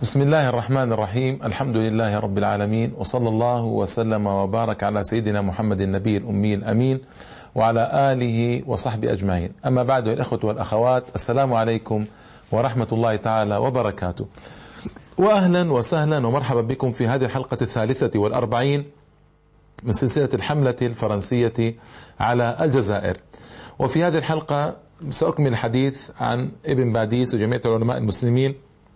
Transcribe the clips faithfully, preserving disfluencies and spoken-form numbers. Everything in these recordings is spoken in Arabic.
بسم الله الرحمن الرحيم. الحمد لله رب العالمين، وصلى الله وسلم وبارك على سيدنا محمد النبي الأمي الأمين وعلى آله وصحبه أجمعين. أما بعد، الأخوة والأخوات، السلام عليكم ورحمة الله تعالى وبركاته، وأهلا وسهلا ومرحبا بكم في هذه الحلقة الثالثة والأربعين من سلسلة الحملة الفرنسية على الجزائر. وفي هذه الحلقة سأكمل الحديث عن ابن باديس وجمعية العلماء المسلمين،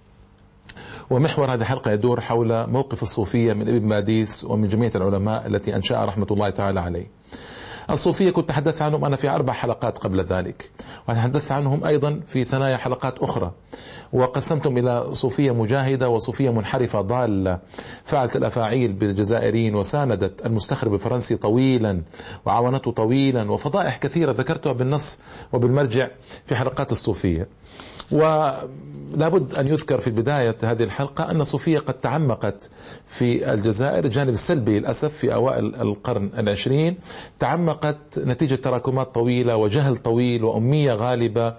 ومحور هذه الحلقة يدور حول موقف الصوفية من ابن باديس ومن جمعية العلماء التي أنشأها رحمة الله تعالى عليه. الصوفية كنت تحدثت عنهم أنا في أربع حلقات قبل ذلك، وتحدثت عنهم أيضا في ثنايا حلقات أخرى، وقسمتم إلى صوفية مجاهدة وصوفية منحرفة ضالة فعلت الأفاعيل بالجزائريين وساندت المستخرب الفرنسي طويلا وعاونته طويلا، وفضائح كثيرة ذكرتها بالنص وبالمرجع في حلقات الصوفية. ولا بد أن يذكر في بداية هذه الحلقة أن الصوفية قد تعمقت في الجزائر، الجانب السلبي للأسف في أوائل القرن العشرين، تعمقت نتيجة تراكمات طويلة وجهل طويل وأمية غالبة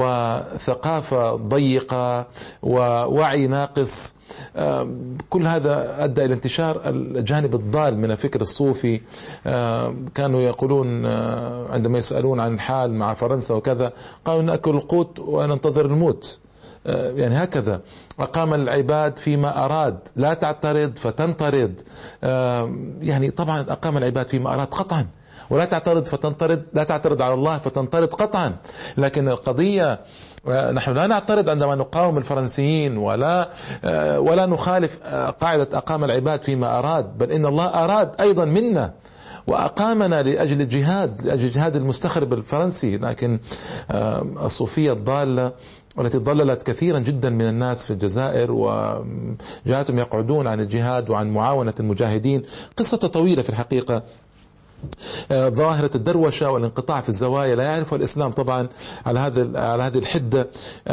وثقافة ضيقة ووعي ناقص. كل هذا أدى إلى انتشار الجانب الضال من الفكر الصوفي. كانوا يقولون عندما يسألون عن الحال مع فرنسا وكذا، قالوا نأكل القوت وننتظر الموت. يعني هكذا أقام العباد فيما أراد، لا تعترض فتنطرد. يعني طبعا أقام العباد فيما أراد قطعا، ولا تعترض فتنطرد، لا تعترض على الله فتنطرد قطعا. لكن القضية نحن لا نعترض عندما نقاوم الفرنسيين، ولا ولا نخالف قاعدة أقام العباد فيما أراد، بل إن الله أراد أيضا منا وأقامنا لأجل الجهاد، لأجل جهاد المستخرب الفرنسي. لكن الصوفية الضالة والتي ضللت كثيرا جدا من الناس في الجزائر وجاءتهم يقعدون عن الجهاد وعن معاونة المجاهدين، قصة طويلة في الحقيقة. ظاهرة الدروشة والانقطاع في الزوايا لا يعرفها الإسلام طبعا على هذا على هذه الحدة.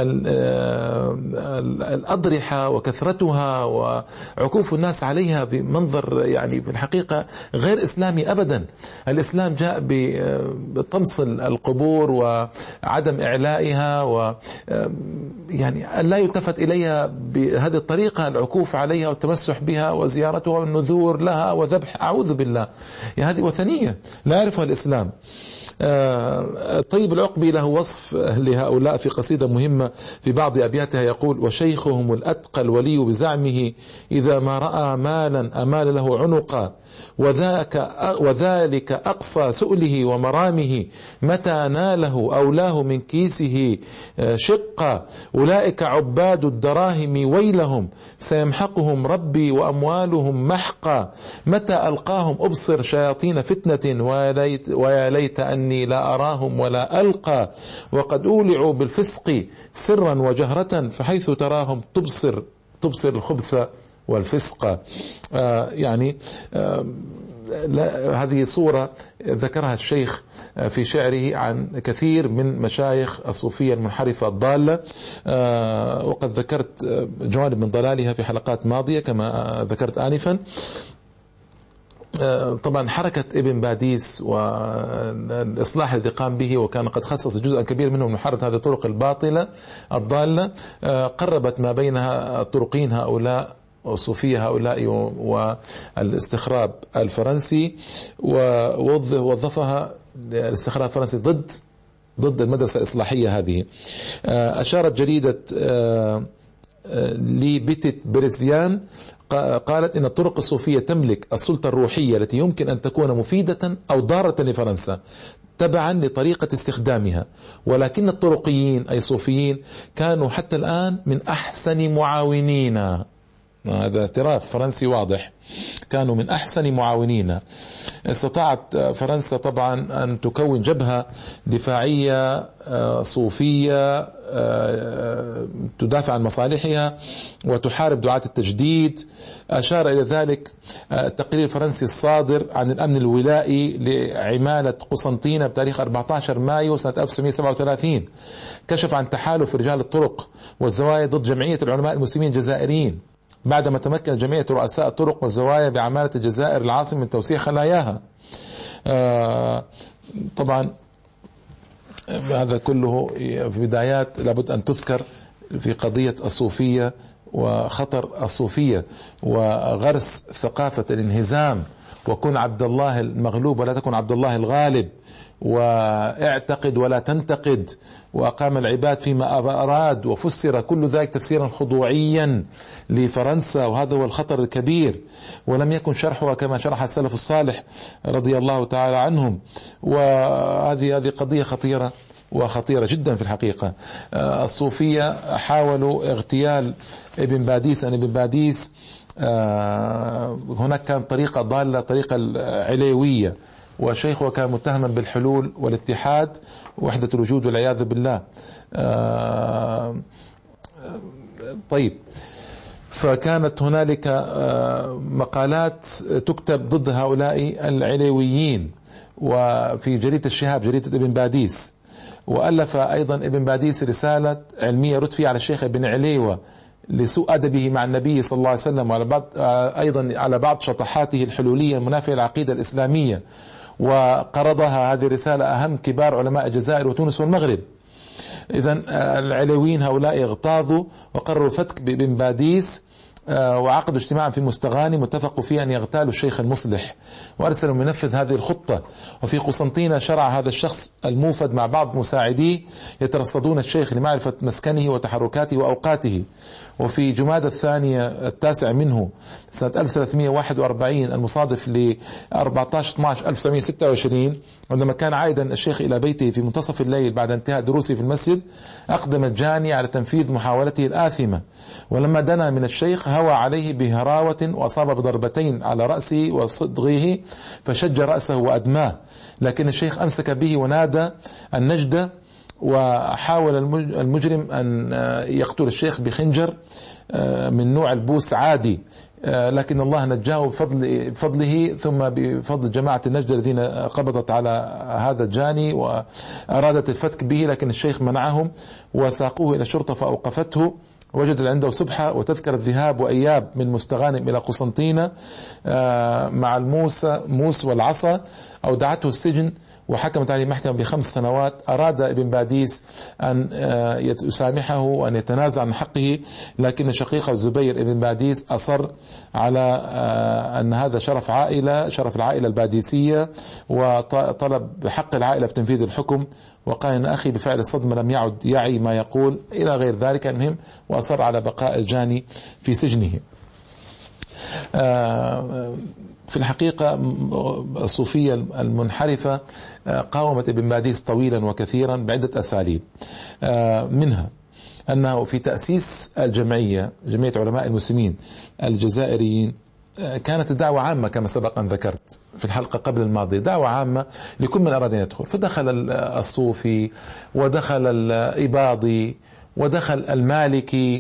الأضرحة وكثرتها وعكوف الناس عليها بمنظر يعني في الحقيقة غير إسلامي أبدا. الإسلام جاء بطمس القبور وعدم إعلائها، و يعني لا يلتفت إليها بهذه الطريقة، العكوف عليها والتمسح بها وزيارتها والنذور لها وذبح، أعوذ بالله، يعني هذه وثنية لا يعرفها الإسلام. طيب العقبي له وصف لهؤلاء في قصيدة مهمة في بعض أبياتها، يقول: وشيخهم الأتقى الولي بزعمه إذا ما رأى مالا أمال له عنقا، وذاك وذلك أقصى سؤله ومرامه، متى ناله أولاه من كيسه شقا، أولئك عباد الدراهم ويلهم، سيمحقهم ربي وأموالهم محقا، متى ألقاهم أبصر شياطين فتنة، ويا ليت أني لا أراهم ولا ألقى، وقد أولعوا بالفسق سرا وجهرة، فحيث تراهم تبصر تبصر الخبث والفسق. آه يعني آه هذه صورة ذكرها الشيخ في شعره عن كثير من مشايخ الصوفية المنحرفة الضالة، آه وقد ذكرت جوانب من ضلالها في حلقات ماضية كما ذكرت آنفا. طبعا حركة ابن باديس والإصلاح الذي قام به، وكان قد خصص جزءا كبير منه من محاربة هذه الطرق الباطلة الضالة، قربت ما بينها الطرقين هؤلاء والصوفية هؤلاء والاستخراب الفرنسي، ووظفها الاستخراب الفرنسي ضد ضد المدرسة الإصلاحية هذه. أشارت جريدة لي بيتت بريزيان قالت إن الطرق الصوفية تملك السلطة الروحية التي يمكن أن تكون مفيدة أو ضارة لفرنسا تبعا لطريقة استخدامها، ولكن الطرقيين أي الصوفيين كانوا حتى الآن من أحسن معاونينا. هذا اعتراف فرنسي واضح، كانوا من أحسن معاونينا. استطاعت فرنسا طبعا أن تكون جبهة دفاعية صوفية تدافع عن مصالحها وتحارب دعاة التجديد. أشار إلى ذلك التقرير الفرنسي الصادر عن الأمن الولائي لعمالة قسنطينة بتاريخ أربعة عشر مايو سنة ألف وتسعمائة وسبعة وثلاثين، كشف عن تحالف رجال الطرق والزوايا ضد جمعية العلماء المسلمين الجزائريين بعدما تمكن جمعية رؤساء الطرق والزوايا بعمالة الجزائر العاصمة من توسيع خلاياها. آه طبعا هذا كله في بدايات لابد أن تذكر في قضية الصوفية وخطر الصوفية وغرس ثقافة الانهزام، وكن عبد الله المغلوب ولا تكن عبد الله الغالب، واعتقد ولا تنتقد، وأقام العباد فيما أراد، وفسر كل ذلك تفسيرا خضوعيا لفرنسا، وهذا هو الخطر الكبير. ولم يكن شرحها كما شرح السلف الصالح رضي الله تعالى عنهم. وهذه هذه قضية خطيرة وخطيرة جدا في الحقيقة. الصوفية حاولوا اغتيال ابن باديس. أن ابن باديس هناك كان طريقة ضالة، طريقة العليوية، وشيخه كان متهما بالحلول والاتحاد ووحدة الوجود والعياذ بالله. طيب، فكانت هنالك مقالات تكتب ضد هؤلاء العليويين، وفي جريدة الشهاب، جريدة ابن باديس. وألف أيضا ابن باديس رسالة علمية رد فيها على الشيخ ابن عليوة لسوء أدبه مع النبي صلى الله عليه وسلم، وعلى بعض أيضا على بعض شطحاته الحلولية المنافية للعقيدة الإسلامية. وقرضها هذه الرسالة أهم كبار علماء الجزائر وتونس والمغرب. إذن العلويين هؤلاء اغتاظوا وقرروا فتك بابن باديس، وعقدوا اجتماعا في مستغانم متفقوا فيه أن يغتالوا الشيخ المصلح، وأرسلوا منفذ هذه الخطة. وفي قسنطينة شرع هذا الشخص الموفد مع بعض مساعديه يترصدون الشيخ لمعرفة مسكنه وتحركاته وأوقاته. وفي جمادى الثانية التاسع منه سنة ألف وثلاثمائة وواحد وأربعين المصادف ل أربعة عشر اثني عشر ألف وتسعمائة وستة وعشرين، عندما كان عائدا الشيخ إلى بيته في منتصف الليل بعد انتهاء دروسه في المسجد، أقدم الجاني على تنفيذ محاولته الآثمة. ولما دنا من الشيخ هوى عليه بهراوة وأصاب بضربتين على رأسه وصدغه فشج رأسه وأدماه، لكن الشيخ أمسك به ونادى النجدة، وحاول المجرم أن يقتل الشيخ بخنجر من نوع البوس عادي، لكن الله نجاه بفضل بفضله ثم بفضل جماعة النجدة الذين قبضت على هذا الجاني وأرادت الفتك به، لكن الشيخ منعهم وساقوه إلى الشرطة فأوقفته. وجد عنده سبحة وتذكر الذهاب وإياب من مستغانم إلى قسنطينة مع الموس موس والعصا، أودعته السجن وحكمت عليه محكمة بخمس سنوات. أراد ابن باديس أن يسامحه وأن يتنازع عن حقه، لكن شقيقه الزبير ابن باديس أصر على أن هذا شرف عائلة، شرف العائلة الباديسية، وطلب حق العائلة في تنفيذ الحكم، وقال إن أخي بفعل الصدمة لم يعد يعي ما يقول إلى غير ذلك. المهم وأصر على بقاء الجاني في سجنه. في الحقيقة الصوفية المنحرفة قاومت ابن باديس طويلا وكثيرا بعدة أساليب، منها أنه في تأسيس الجمعية، جمعية علماء المسلمين الجزائريين، كانت الدعوة عامة كما سبق أن ذكرت في الحلقة قبل الماضية، دعوة عامة لكل من أراد أن يدخل. فدخل الصوفي ودخل الإباضي ودخل المالكي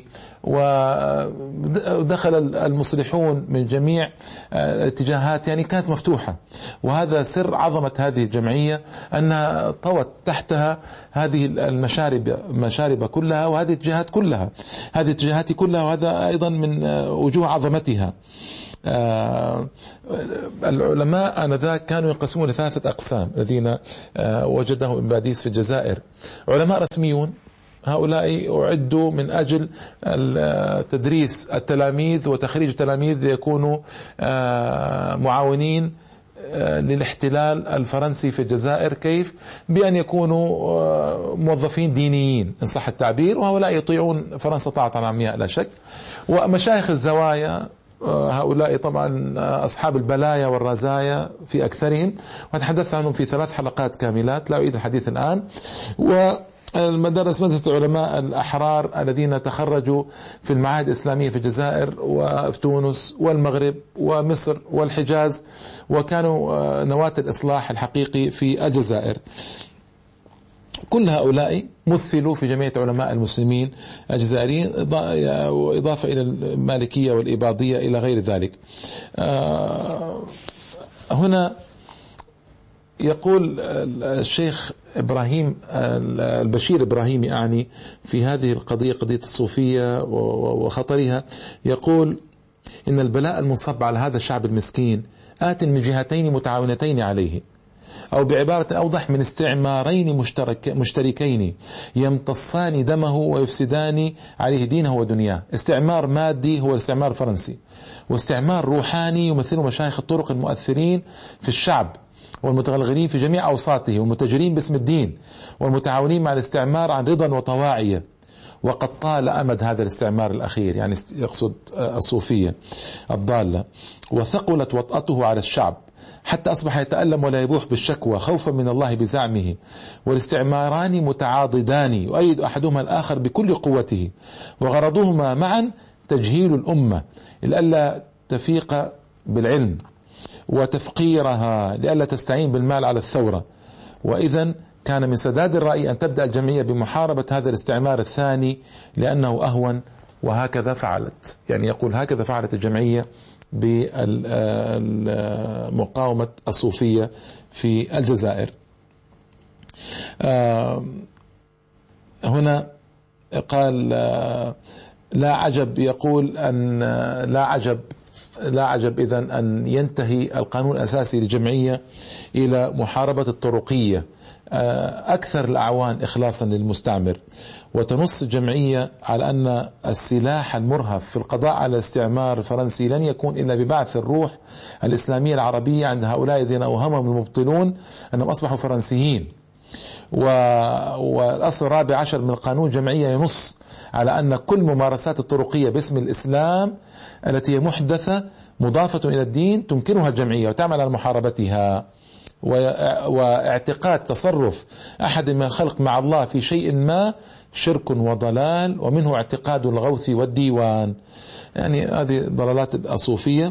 ودخل المصلحون من جميع الاتجاهات، يعني كانت مفتوحة. وهذا سر عظمة هذه الجمعية أنها طوت تحتها هذه المشارب مشارب كلها وهذه الاتجاهات كلها هذه الاتجاهات كلها وهذا أيضا من وجوه عظمتها. آه العلماء آنذاك كانوا ينقسمون لثلاثة أقسام الذين آه وجده ابن باديس في الجزائر. علماء رسميون، هؤلاء أعدوا من أجل تدريس التلاميذ وتخريج التلاميذ ليكونوا آه معاونين للاحتلال الفرنسي في الجزائر. كيف؟ بأن يكونوا موظفين دينيين إن صح التعبير، وهؤلاء يطيعون فرنسا طاعة عمياء لا شك. ومشايخ الزوايا هؤلاء طبعا أصحاب البلايا والرزايا في أكثرهم، وتحدثت عنهم في ثلاث حلقات كاملات لا أريد الحديث الآن. والمدارس مدرسة العلماء الأحرار الذين تخرجوا في المعاهد الإسلامية في الجزائر وفي تونس والمغرب ومصر والحجاز، وكانوا نواة الإصلاح الحقيقي في الجزائر. كل هؤلاء مثلوا في جمعية علماء المسلمين الجزائريين، إضافة إلى المالكية والإباضية إلى غير ذلك. هنا يقول الشيخ إبراهيم البشير إبراهيمي أعني في هذه القضية، قضية الصوفية وخطرها، يقول إن البلاء المنصب على هذا الشعب المسكين آت من جهتين متعاونتين عليه. أو بعبارة أوضح من استعمارين مشترك مشتركين يمتصان دمه ويفسدان عليه دينه ودنياه. استعمار مادي هو الاستعمار الفرنسي، واستعمار روحاني يمثله مشايخ الطرق المؤثرين في الشعب والمتغلغلين في جميع أوساطه والمتاجرين باسم الدين والمتعاونين مع الاستعمار عن رضا وطواعية. وقد طال أمد هذا الاستعمار الأخير، يعني يقصد الصوفية الضالة، وثقلت وطأته على الشعب حتى أصبح يتألم ولا يبوح بالشكوى خوفا من الله بزعمه. والاستعماران متعاضدان يؤيد أحدهما الآخر بكل قوته، وغرضهما معا تجهيل الأمة لئلا تفيق بالعلم، وتفقيرها لئلا تستعين بالمال على الثورة. وإذا كان من سداد الرأي أن تبدأ الجمعية بمحاربة هذا الاستعمار الثاني لأنه أهون، وهكذا فعلت. يعني يقول هكذا فعلت الجمعية بمقاومة الصوفية في الجزائر. هنا قال لا عجب، يقول أن لا عجب لا عجب إذن أن ينتهي القانون الأساسي للجمعية إلى محاربة الطرقية أكثر الأعوان إخلاصا للمستعمر. وتنص الجمعية على أن السلاح المرهف في القضاء على الاستعمار الفرنسي لن يكون إلا ببعث الروح الإسلامية العربية عند هؤلاء الذين أوهمهم المبطلون أنهم أصبحوا فرنسيين. والأصل الرابع عشر من القانون الجمعية ينص على أن كل ممارسات الطرقية باسم الإسلام التي هي محدثة مضافة إلى الدين تنكرها الجمعية وتعمل على محاربتها. واعتقاد تصرف أحد من الخلق مع الله في شيء ما شرك وضلال، ومنه اعتقاد الغوث والديوان. يعني هذه ضلالات الصوفية.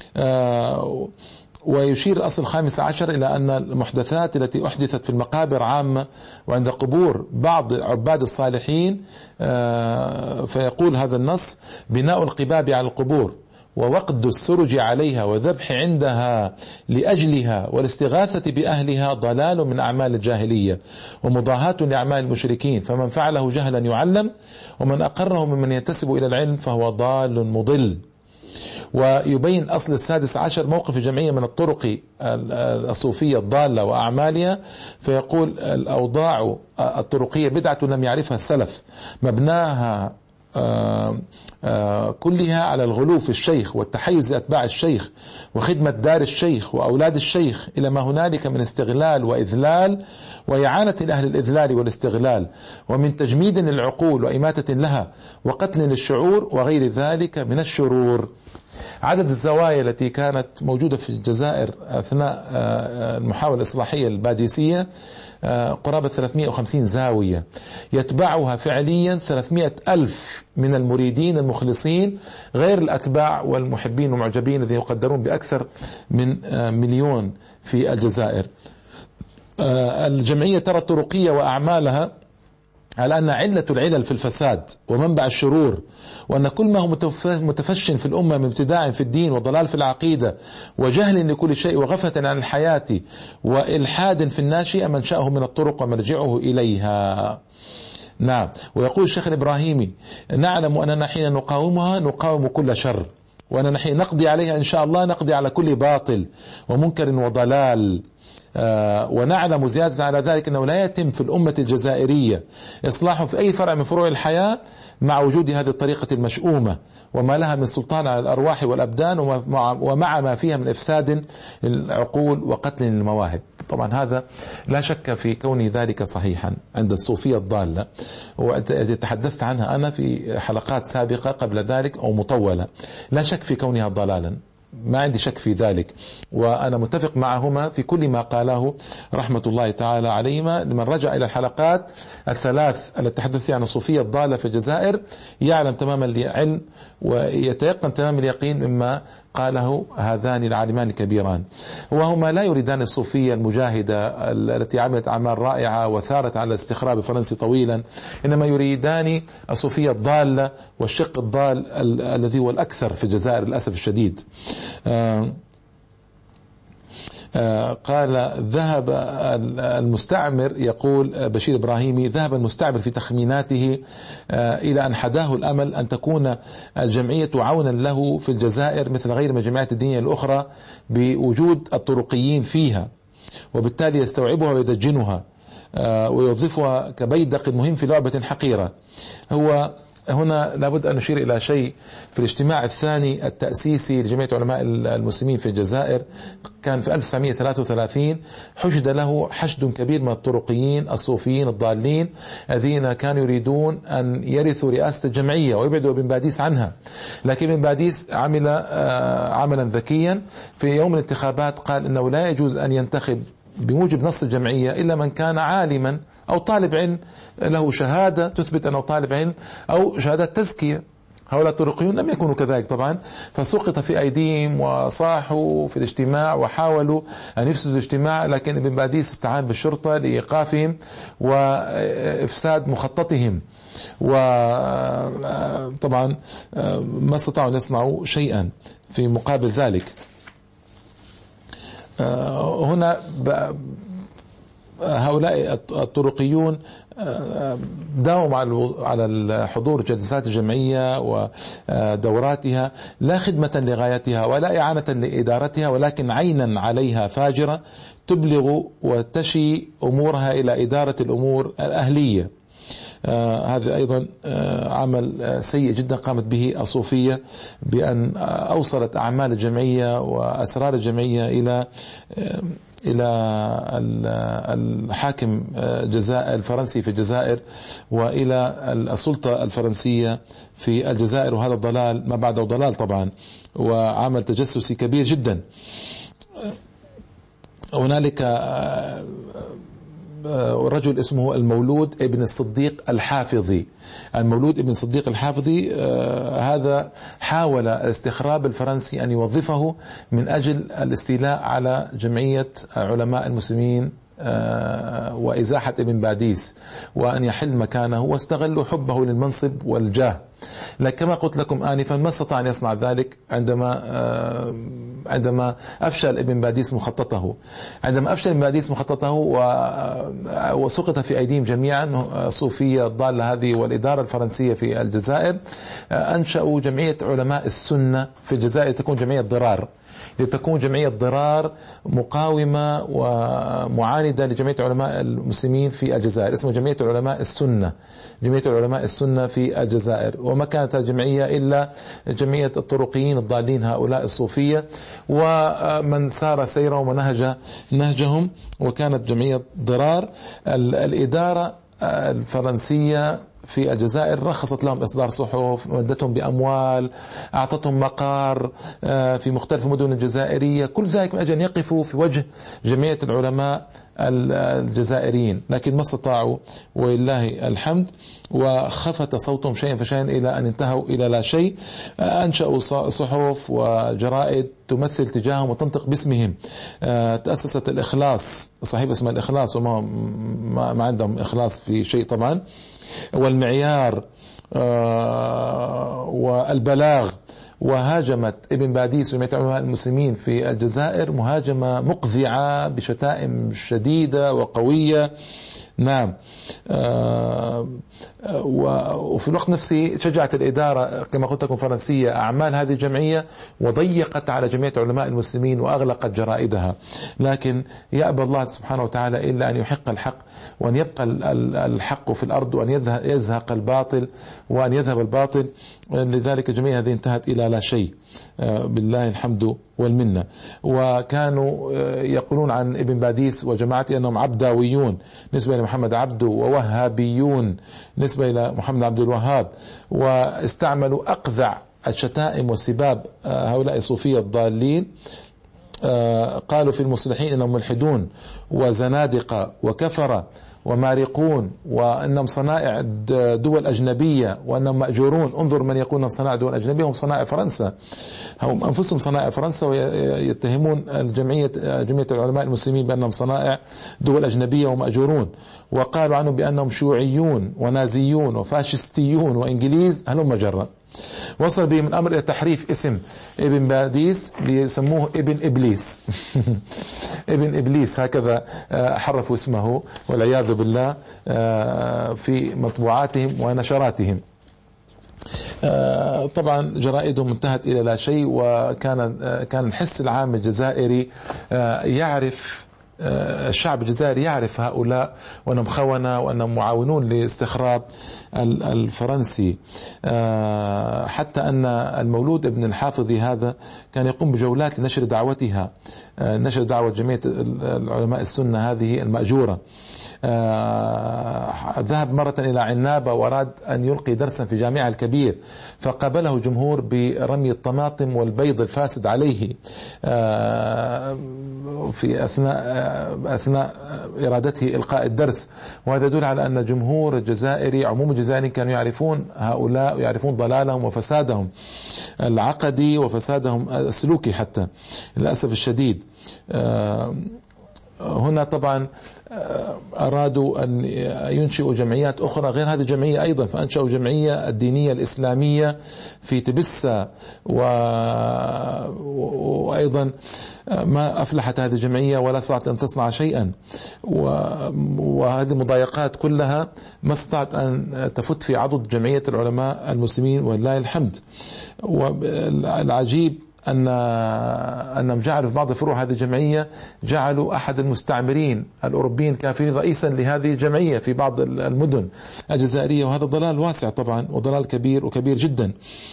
آه ويشير الأصل الخامس عشر إلى أن المحدثات التي أحدثت في المقابر عامة وعند قبور بعض عباد الصالحين، آه فيقول هذا النص بناء القباب على القبور ووقد السرج عليها وذبح عندها لأجلها والاستغاثة بأهلها ضلال من أعمال الجاهلية ومضاهاة لأعمال المشركين، فمن فعله جهلا يعلم، ومن أقره ممن ينتسب إلى العلم فهو ضال مضل. ويبين الأصل السادس عشر موقف الجمعية من الطرق الصوفية الضالة وأعمالها، فيقول الأوضاع الطرقية بدعة لم يعرفها السلف، مبناها آآ آآ كلها على الغلو في الشيخ والتحيز لأتباع الشيخ وخدمة دار الشيخ وأولاد الشيخ إلى ما هنالك من استغلال وإذلال وإعانة لأهل الإذلال والاستغلال، ومن تجميد للعقول وإماتة لها وقتل للشعور وغير ذلك من الشرور. عدد الزوايا التي كانت موجودة في الجزائر أثناء المحاولة الإصلاحية الباديسية قرابة ثلاثمائة وخمسين زاوية، يتبعها فعليا ثلاثمائة ألف من المريدين المخلصين غير الأتباع والمحبين والمعجبين الذين يقدرون بأكثر من مليون في الجزائر. الجمعية ترى الطرقية وأعمالها على أن علة العلل في الفساد ومنبع الشرور، وأن كل ما هو متفش في الأمة من ابتداع في الدين وضلال في العقيدة وجهل لكل شيء وغفلة عن الحياة وإلحاد في الناشئة منشأه من الطرق ومرجعه إليها. نعم. ويقول الشيخ الإبراهيمي نعلم أننا حين نقاومها نقاوم كل شر، وأننا حين نقضي عليها إن شاء الله نقضي على كل باطل ومنكر وضلال. آه ونعلم زيادة على ذلك أنه لا يتم في الأمة الجزائرية إصلاح في أي فرع من فروع الحياة مع وجود هذه الطريقة المشؤومة وما لها من سلطان على الأرواح والأبدان ومع ما فيها من إفساد العقول وقتل المواهب. طبعا هذا لا شك في كون ذلك صحيحا عند الصوفية الضالة، وتحدثت عنها أنا في حلقات سابقة قبل ذلك أو مطولة، لا شك في كونها ضلالا، ما عندي شك في ذلك، وأنا متفق معهما في كل ما قاله رحمة الله تعالى عليهما. لمن رجع إلى الحلقات الثلاث التي تحدث عن الصوفية الضالة في الجزائر يعلم تماما العلم ويتيقن تمام اليقين مما قاله هذان العالمان الكبيران، وهما لا يريدان الصوفية المجاهدة التي عملت أعمال رائعة وثارت على الاستخراب الفرنسي طويلا، إنما يريدان الصوفية الضالة والشق الضال الذي هو الأكثر في الجزائر للأسف الشديد. آه قال ذهب المستعمر، يقول بشير إبراهيمي ذهب المستعمر في تخميناته إلى أن حداه الأمل أن تكون الجمعية عونا له في الجزائر مثل غير الجمعيات الدينية الأخرى بوجود الطرقيين فيها، وبالتالي يستوعبها ويدجنها ويوظفها كبيدق مهم في لعبة حقيرة. هو هنا لابد أن نشير إلى شيء. في الاجتماع الثاني التأسيسي لجمعية علماء المسلمين في الجزائر كان في ألف وتسعمائة وثلاثة وثلاثين، حشد له حشد كبير من الطرقيين الصوفيين الضالين الذين كانوا يريدون أن يرثوا رئاسة الجمعية ويبعدوا ابن باديس عنها. لكن ابن باديس عمل عملا ذكيا. في يوم الانتخابات قال إنه لا يجوز أن ينتخب بموجب نص الجمعية إلا من كان عالما أو طالب علم له شهادة تثبت أنه طالب علم أو شهادة تزكية. هؤلاء الطرقيون لم يكونوا كذلك طبعا، فسقط في أيديهم وصاحوا في الاجتماع وحاولوا أن يفسدوا الاجتماع، لكن ابن باديس استعان بالشرطة لإيقافهم وإفساد مخططهم، وطبعا ما استطاعوا أن يصنعوا شيئا في مقابل ذلك. هنا هؤلاء الطرقيون داوموا على الحضور جلسات الجمعية ودوراتها لا خدمة لغايتها ولا إعانة لإدارتها، ولكن عينا عليها فاجرة تبلغ وتشي أمورها إلى إدارة الأمور الأهلية. آه هذا أيضا آه عمل سيء جدا قامت به الصوفية، بأن أوصلت أعمال الجمعية وأسرار الجمعية إلى آه إلى الحاكم الجزائر الفرنسي في الجزائر وإلى السلطة الفرنسية في الجزائر، وهذا الضلال ما بعده ضلال طبعا، وعمل تجسسي كبير جدا. هنالك رجل اسمه المولود ابن الصديق الحافظي. المولود ابن الصديق الحافظي هذا حاول الاستخراب الفرنسي أن يوظفه من أجل الاستيلاء على جمعية علماء المسلمين وإزاحة ابن باديس وأن يحل مكانه، واستغلوا حبه للمنصب والجاه. لكن كما قلت لكم آنفا ما استطاع أن يصنع ذلك عندما عندما أفشل ابن باديس مخططه. عندما أفشل ابن باديس مخططه وسقط في أيديهم جميعا الصوفية الضالة هذه والإدارة الفرنسية في الجزائر، أنشأوا جمعية علماء السنة في الجزائر تكون جمعية ضرار، لتكون جمعية ضرار مقاومة ومعاندة لجمعية علماء المسلمين في الجزائر، اسمها جمعية علماء السنة، جمعية علماء السنة في الجزائر. وما كانت الجمعية إلا جمعية الطرقيين الضالين هؤلاء الصوفية ومن سار سيرهم ونهج نهجهم، وكانت جمعية ضرار. الإدارة الفرنسية في الجزائر رخصت لهم إصدار صحف، مدتهم بأموال، أعطتهم مقار في مختلف المدن الجزائرية، كل ذلك من أجل أن يقفوا في وجه جمعية العلماء الجزائريين، لكن ما استطاعوا ولله الحمد، وخفت صوتهم شيئا فشيئا إلى أن انتهوا إلى لا شيء. أنشأوا صحف وجرائد تمثل تجاههم وتنطق باسمهم. تأسست الإخلاص، صحيفة اسمها الإخلاص وما ما عندهم إخلاص في شيء طبعا، والمعيار والبلاغ. وهاجمت ابن باديس وجمعية علماء المسلمين في الجزائر مهاجمة مقذعة بشتائم شديدة وقوية. نعم. وفي الوقت نفسه شجعت الإدارة كما قلت لكم فرنسية أعمال هذه الجمعية، وضيقت على جمعية علماء المسلمين وأغلقت جرائدها. لكن يأبى الله سبحانه وتعالى إلا أن يحق الحق، وأن يبقى الحق في الأرض، وأن يزهق الباطل، وأن يذهب الباطل. لذلك الجمعية هذه انتهت إلى لا شيء، بالله الحمد والمنة. وكانوا يقولون عن ابن باديس وجماعته أنهم عبداويون نسبة إلى محمد عبده، ووهابيون نسبة إلى محمد عبد الوهاب، واستعملوا أقذع الشتائم والسباب هؤلاء الصوفية الضالين. قالوا في المصلحين إنهم ملحدون وزنادقة وكفرة ومارقون، وأنهم صنائع دول أجنبية، وأنهم مأجورون. انظر من يقول أنهم صنائع دول أجنبية، هم صنائع فرنسا، هم أنفسهم صنائع فرنسا، ويتهمون الجمعية جمعية العلماء المسلمين بأنهم صنائع دول أجنبية ومأجورون. وقالوا عنهم بأنهم شيوعيون ونازيون وفاشستيون وإنجليز هلم جرا. وصل بهم الأمر إلى تحريف اسم ابن باديس ليسموه ابن إبليس. ابن إبليس، هكذا حرفوا اسمه والعياذ بالله في مطبوعاتهم ونشراتهم. طبعا جرائدهم انتهت إلى لا شيء، وكان كان الحس العام الجزائري يعرف الشعب الجزائري يعرف هؤلاء وأنهم خونة وأنهم معاونون لاستخراب الفرنسي، حتى أن المولود ابن الحافظي هذا كان يقوم بجولات لنشر دعوتها، نشر دعوة جمعية العلماء السنة هذه المأجورة. ذهب مرة إلى عنابة وأراد أن يلقي درسا في جامعة الكبير، فقابله جمهور برمي الطماطم والبيض الفاسد عليه في أثناء أثناء إرادته إلقاء الدرس. وهذا يدل على أن جمهور الجزائري عموم الجزائريين كانوا يعرفون هؤلاء ويعرفون ضلالهم وفسادهم العقدي وفسادهم السلوكي حتى للأسف الشديد. هنا طبعا أرادوا أن ينشئوا جمعيات أخرى غير هذه الجمعية أيضا، فأنشأوا جمعية الدينية الإسلامية في تبسة، وأيضا ما أفلحت هذه الجمعية ولا استطاعت أن تصنع شيئا، وهذه المضايقات كلها ما استطاعت أن تفت في عضد جمعية العلماء المسلمين ولله الحمد. والعجيب أن أنهم جعلوا في بعض فروع هذه الجمعية جعلوا أحد المستعمرين الأوروبيين كافرين رئيسا لهذه الجمعية في بعض المدن الجزائرية، وهذا ضلال واسع طبعا وضلال كبير وكبير جدا.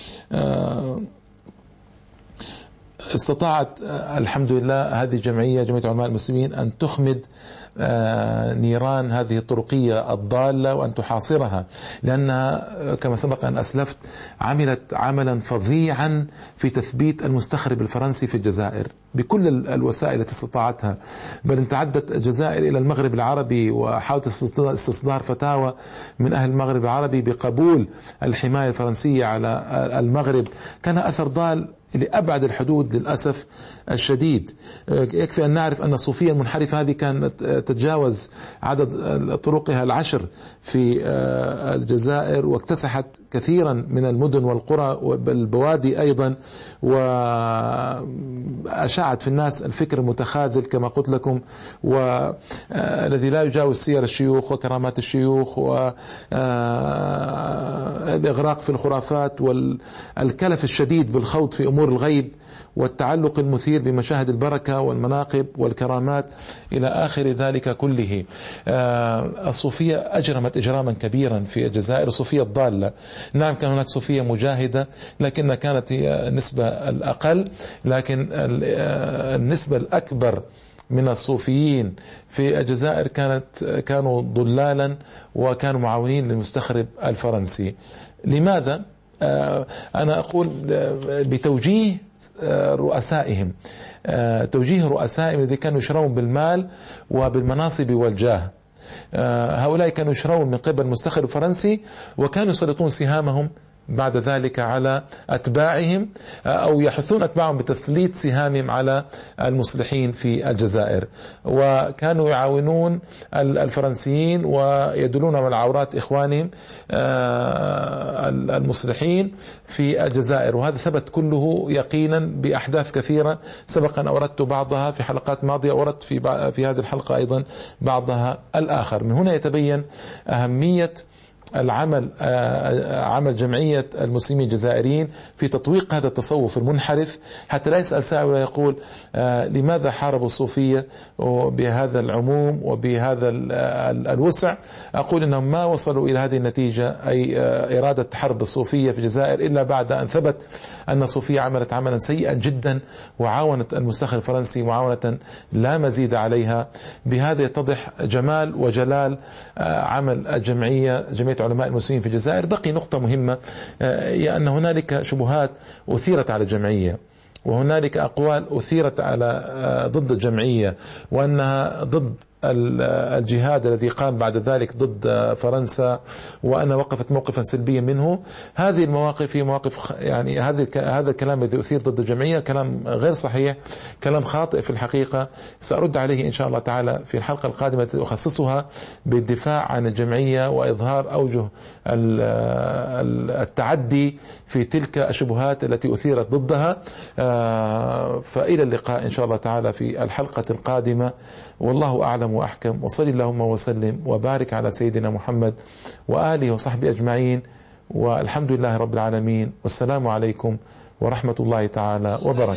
استطاعت الحمد لله هذه الجمعية جمعية علماء المسلمين أن تخمد نيران هذه الطرقية الضالة وأن تحاصرها، لأنها كما سبق أن أسلفت عملت عملا فظيعا في تثبيت المستخرب الفرنسي في الجزائر بكل الوسائل التي استطاعتها، بل انتعدت الجزائر إلى المغرب العربي وحاولت استصدار فتاوى من أهل المغرب العربي بقبول الحماية الفرنسية على المغرب. كان أثر ضال لأبعد الحدود للأسف الشديد. يكفي أن نعرف أن الصوفية المنحرفة هذه كانت تتجاوز عدد طرقها العشر في الجزائر، واكتسحت كثيرا من المدن والقرى والبوادي أيضا، وأشاعت في الناس الفكر المتخاذل كما قلت لكم، والذي لا يجاوز سير الشيوخ وكرامات الشيوخ والإغراق في الخرافات والكلف الشديد بالخوض في أمور الغيب والتعلق المثير بمشاهد البركة والمناقب والكرامات إلى آخر ذلك كله. الصوفية أجرمت إجراما كبيرا في الجزائر، الصوفية الضالة. نعم كان هناك صوفية مجاهدة لكنها كانت هي النسبة الأقل، لكن النسبة الأكبر من الصوفيين في الجزائر كانت كانوا ضلالا وكانوا معاونين للمستخرب الفرنسي. لماذا؟ أنا أقول بتوجيه رؤسائهم، توجيه رؤسائهم الذين كانوا يشرون بالمال وبالمناصب والجاه. هؤلاء كانوا يشرون من قبل المستخرب الفرنسي، وكانوا يسلطون سهامهم بعد ذلك على أتباعهم، أو يحثون أتباعهم بتسليط سهامهم على المصلحين في الجزائر، وكانوا يعاونون الفرنسيين ويدلون على عورات إخوانهم المصلحين في الجزائر. وهذا ثبت كله يقينا بأحداث كثيرة سبق أن أوردت بعضها في حلقات ماضية، أوردت في في هذه الحلقة أيضا بعضها الآخر. من هنا يتبين أهمية العمل عمل جمعية المسلمين الجزائريين في تطويق هذا التصوف المنحرف، حتى لا يسأل سائل ويقول لماذا حاربوا الصوفية بهذا العموم وبهذا الوسع. أقول أنهم ما وصلوا إلى هذه النتيجة، أي إرادة حرب الصوفية في الجزائر، إلا بعد أن ثبت أن الصوفية عملت عملا سيئا جدا وعاونت المستخرب الفرنسي معاونة لا مزيد عليها. بهذا يتضح جمال وجلال عمل الجمعية جمعية علماء المسلمين في الجزائر. بقي نقطة مهمة، هي أن هنالك شبهات أثيرت على الجمعية، وهنالك أقوال أثيرت على ضد الجمعية، وأنها ضد الجهاد الذي قام بعد ذلك ضد فرنسا، وأن وقفت موقفا سلبيا منه. هذه المواقف هي مواقف يعني هذا هذا الكلام الذي أثير ضد الجمعية كلام غير صحيح، كلام خاطئ في الحقيقة. سأرد عليه إن شاء الله تعالى في الحلقة القادمة التي أخصصها بالدفاع عن الجمعية وإظهار أوجه التعدي في تلك الشبهات التي أثيرت ضدها. فإلى اللقاء إن شاء الله تعالى في الحلقة القادمة، والله أعلم وأحكم، وصل اللهم وسلم وبارك على سيدنا محمد وآله وصحبه أجمعين، والحمد لله رب العالمين، والسلام عليكم ورحمة الله تعالى وبركاته.